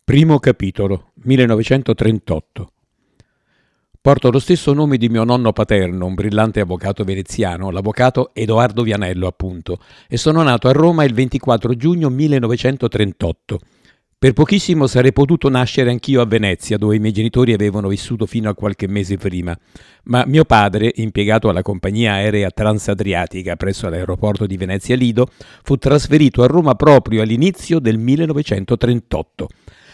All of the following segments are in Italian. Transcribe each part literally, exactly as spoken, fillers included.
Primo capitolo, millenovecentotrentotto. Porto lo stesso nome di mio nonno paterno, un brillante avvocato veneziano, l'avvocato Edoardo Vianello, appunto, e sono nato a Roma il ventiquattro giugno millenovecentotrentotto. Per pochissimo sarei potuto nascere anch'io a Venezia, dove i miei genitori avevano vissuto fino a qualche mese prima, ma mio padre, impiegato alla compagnia aerea Transadriatica presso l'aeroporto di Venezia Lido, fu trasferito a Roma proprio all'inizio del millenovecentotrentotto.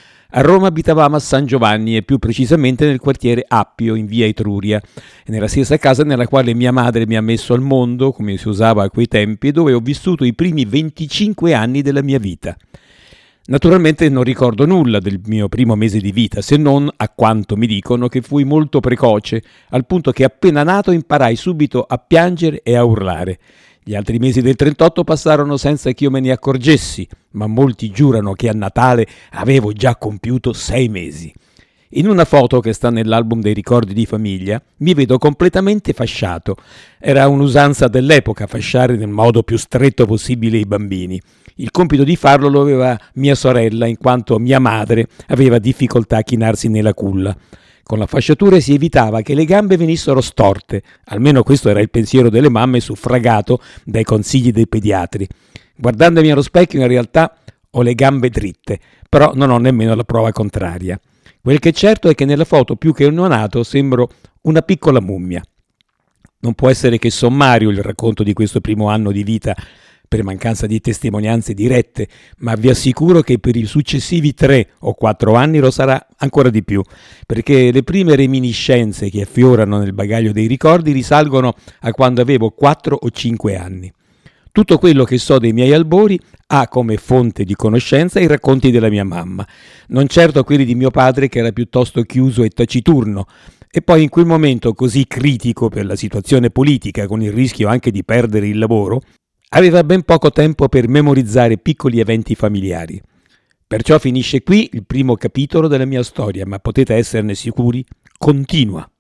A Roma abitavamo a San Giovanni e più precisamente nel quartiere Appio in via Etruria, nella stessa casa nella quale mia madre mi ha messo al mondo, come si usava a quei tempi, e dove ho vissuto i primi venticinque anni della mia vita. Naturalmente non ricordo nulla del mio primo mese di vita, se non, a quanto mi dicono, che fui molto precoce, al punto che appena nato imparai subito a piangere e a urlare. Gli altri mesi del trentotto passarono senza che io me ne accorgessi, ma molti giurano che a Natale avevo già compiuto sei mesi. In una foto che sta nell'album dei ricordi di famiglia mi vedo completamente fasciato. Era un'usanza dell'epoca fasciare nel modo più stretto possibile i bambini. Il compito di farlo lo aveva mia sorella, in quanto mia madre aveva difficoltà a chinarsi nella culla. Con la fasciatura si evitava che le gambe venissero storte, almeno questo era il pensiero delle mamme suffragato dai consigli dei pediatri. Guardandomi allo specchio in realtà ho le gambe dritte, però non ho nemmeno la prova contraria. Quel che è certo è che nella foto più che un neonato sembro una piccola mummia. Non può essere che sommario il racconto di questo primo anno di vita per mancanza di testimonianze dirette, ma vi assicuro che per i successivi tre o quattro anni lo sarà ancora di più, perché le prime reminiscenze che affiorano nel bagaglio dei ricordi risalgono a quando avevo quattro o cinque anni. Tutto quello che so dei miei albori ha come fonte di conoscenza i racconti della mia mamma, non certo quelli di mio padre che era piuttosto chiuso e taciturno, e poi in quel momento così critico per la situazione politica, con il rischio anche di perdere il lavoro, aveva ben poco tempo per memorizzare piccoli eventi familiari. Perciò finisce qui il primo capitolo della mia storia, ma potete esserne sicuri, continua.